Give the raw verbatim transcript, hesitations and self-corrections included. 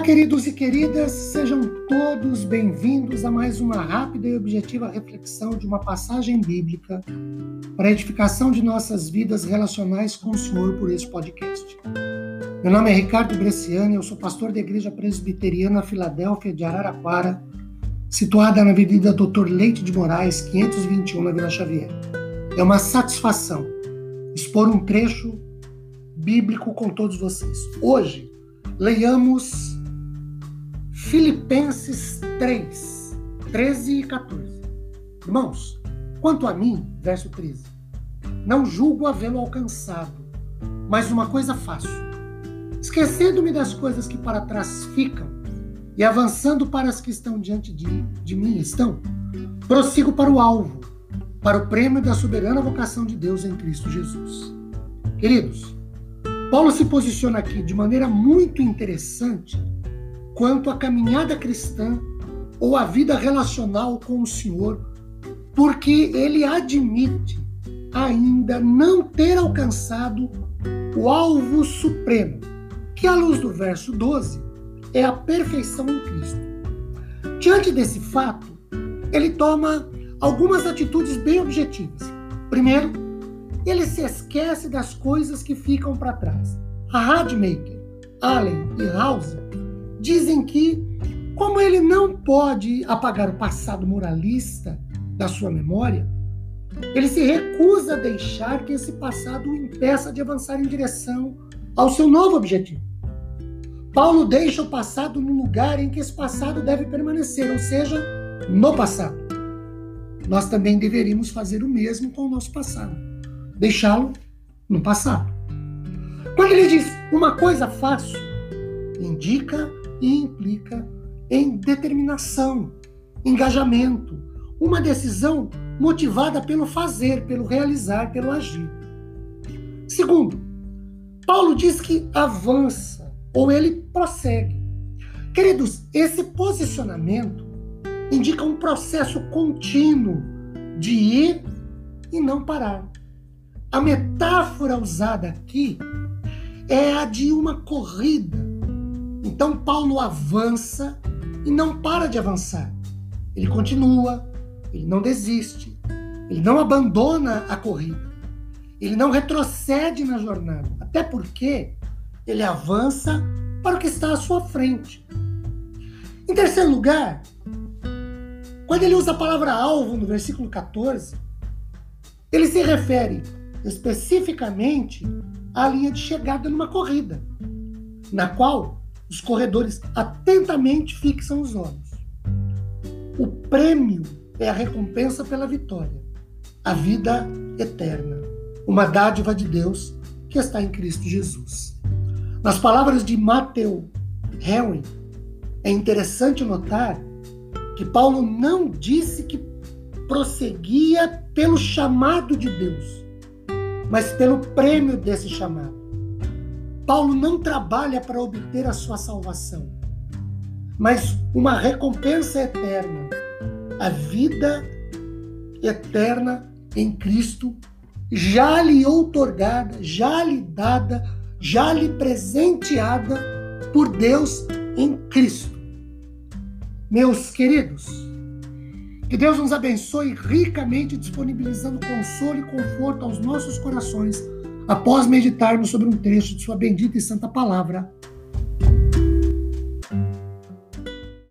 queridos e queridas, sejam todos bem-vindos a mais uma rápida e objetiva reflexão de uma passagem bíblica para a edificação de nossas vidas relacionais com o Senhor por este podcast. Meu nome é Ricardo Bresciani, eu sou pastor da Igreja Presbiteriana Filadélfia de Araraquara, situada na Avenida doutor Leite de Moraes, quinhentos e vinte e um, na Vila Xavier. É uma satisfação expor um trecho bíblico com todos vocês. Hoje, leiamos Filipenses três, treze e quatorze. Irmãos, quanto a mim, verso treze, não julgo havê-lo alcançado, mas uma coisa faço, esquecendo-me das coisas que para trás ficam e avançando para as que estão diante de, de mim estão, prossigo para o alvo, para o prêmio da soberana vocação de Deus em Cristo Jesus. Queridos, Paulo se posiciona aqui de maneira muito interessante quanto à caminhada cristã ou à vida relacional com o Senhor, porque ele admite ainda não ter alcançado o alvo supremo, que à luz do verso doze é a perfeição em Cristo. Diante desse fato, ele toma algumas atitudes bem objetivas. Primeiro, ele se esquece das coisas que ficam para trás. A Radmacher, Allen e House dizem que, como ele não pode apagar o passado moralista da sua memória, ele se recusa a deixar que esse passado o impeça de avançar em direção ao seu novo objetivo. Paulo deixa o passado no lugar em que esse passado deve permanecer, ou seja, no passado. Nós também deveríamos fazer o mesmo com o nosso passado, deixá-lo no passado. Quando ele diz uma coisa faço, indica e implica em determinação, engajamento, uma decisão motivada pelo fazer, pelo realizar, pelo agir. Segundo, Paulo diz que avança, ou ele prossegue. Queridos, esse posicionamento indica um processo contínuo de ir e não parar. A metáfora usada aqui é a de uma corrida. Então Paulo avança e não para de avançar. Ele continua, ele não desiste, ele não abandona a corrida, ele não retrocede na jornada, até porque ele avança para o que está à sua frente. Em terceiro lugar, quando ele usa a palavra alvo no versículo catorze, ele se refere especificamente à linha de chegada numa corrida, na qual os corredores atentamente fixam os olhos. O prêmio é a recompensa pela vitória, a vida eterna, uma dádiva de Deus que está em Cristo Jesus. Nas palavras de Matthew Henry, é interessante notar que Paulo não disse que prosseguia pelo chamado de Deus, mas pelo prêmio desse chamado. Paulo não trabalha para obter a sua salvação, mas uma recompensa eterna, a vida eterna em Cristo, já lhe outorgada, já lhe dada, já lhe presenteada por Deus em Cristo. Meus queridos, que Deus nos abençoe ricamente, disponibilizando consolo e conforto aos nossos corações, após meditarmos sobre um trecho de sua bendita e santa palavra.